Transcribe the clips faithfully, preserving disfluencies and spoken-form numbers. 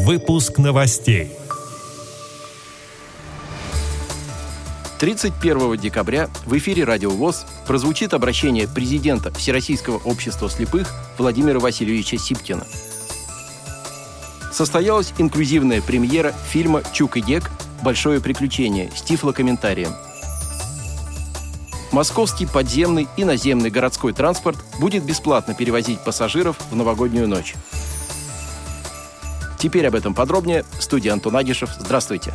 Выпуск новостей. тридцать первого декабря в эфире «Радио ВОС» прозвучит обращение президента Всероссийского общества слепых Владимира Васильевича Сипкина. Состоялась инклюзивная премьера фильма «Чук и Гек. Большое приключение» с тифлокомментарием. Московский подземный и наземный городской транспорт будет бесплатно перевозить пассажиров в новогоднюю ночь. Теперь об этом подробнее. В студии Антон Агишев. Здравствуйте.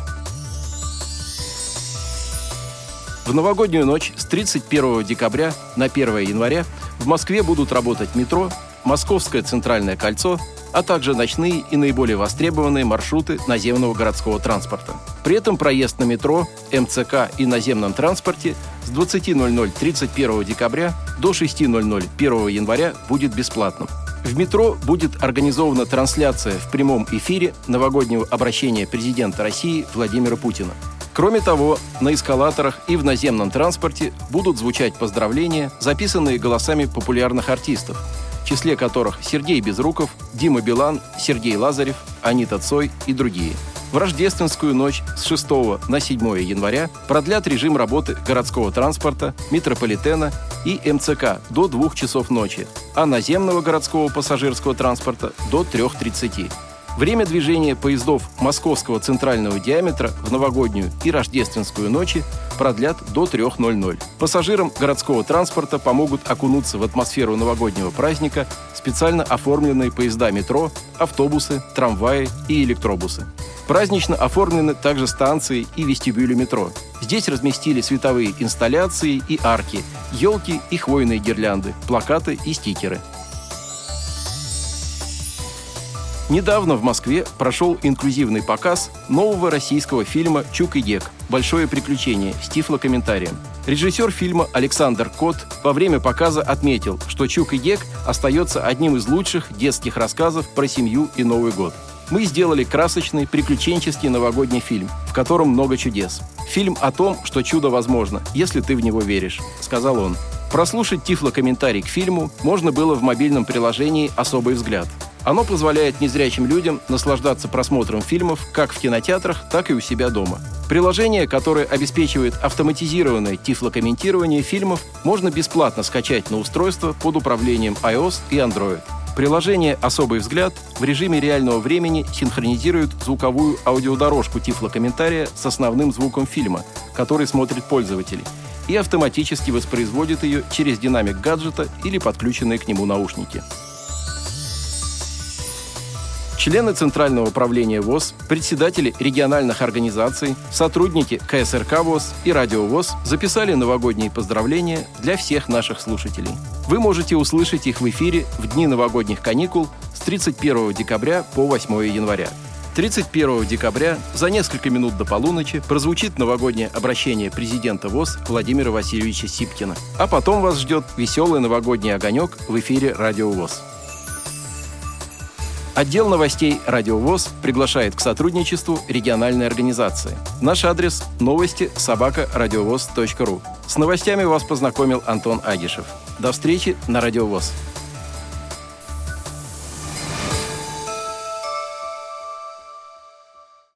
В новогоднюю ночь с тридцать первого декабря на первое января в Москве будут работать метро, Московское центральное кольцо, а также ночные и наиболее востребованные маршруты наземного городского транспорта. При этом проезд на метро, эм цэ ка и наземном транспорте с двадцати ноль-ноль тридцать первого декабря до шести ноль-ноль первого января будет бесплатным. В метро будет организована трансляция в прямом эфире новогоднего обращения президента России Владимира Путина. Кроме того, на эскалаторах и в наземном транспорте будут звучать поздравления, записанные голосами популярных артистов, в числе которых Сергей Безруков, Дима Билан, Сергей Лазарев, Анита Цой и другие. В рождественскую ночь с шестого на седьмое января продлят режим работы городского транспорта, метрополитена и эм цэ ка до двух часов ночи, а наземного городского пассажирского транспорта до трёх тридцати. Время движения поездов московского центрального диаметра в новогоднюю и рождественскую ночи продлят до трёх ноль-ноль. Пассажирам городского транспорта помогут окунуться в атмосферу новогоднего праздника специально оформленные поезда метро, автобусы, трамваи и электробусы. Празднично оформлены также станции и вестибюли метро. Здесь разместили световые инсталляции и арки, елки и хвойные гирлянды, плакаты и стикеры. Недавно в Москве прошел инклюзивный показ нового российского фильма «Чук и Гек. Большое приключение» с тифлокомментарием. Режиссер фильма Александр Кот во время показа отметил, что «Чук и Гек» остается одним из лучших детских рассказов про семью и Новый год. Мы сделали красочный, приключенческий новогодний фильм, в котором много чудес. Фильм о том, что чудо возможно, если ты в него веришь, сказал он. Прослушать тифлокомментарий к фильму можно было в мобильном приложении «Особый взгляд». Оно позволяет незрячим людям наслаждаться просмотром фильмов как в кинотеатрах, так и у себя дома. Приложение, которое обеспечивает автоматизированное тифлокомментирование фильмов, можно бесплатно скачать на устройство под управлением iOS и Android. Приложение «Особый взгляд» в режиме реального времени синхронизирует звуковую аудиодорожку тифлокомментария с основным звуком фильма, который смотрит пользователь, и автоматически воспроизводит ее через динамик гаджета или подключенные к нему наушники. Члены Центрального управления ВОС, председатели региональных организаций, сотрудники ка эс эр ка ВОС и Радио ВОС записали новогодние поздравления для всех наших слушателей. Вы можете услышать их в эфире в дни новогодних каникул с тридцать первого декабря по восьмое января. тридцать первого декабря за несколько минут до полуночи прозвучит новогоднее обращение президента ВОС Владимира Васильевича Сипкина. А потом вас ждет веселый новогодний огонек в эфире Радио ВОС. Отдел новостей «Радио ВОС» приглашает к сотрудничеству региональной организации. Наш адрес – новости собака радиовоз точка ру. С новостями вас познакомил Антон Агишев. До встречи на «Радио ВОС».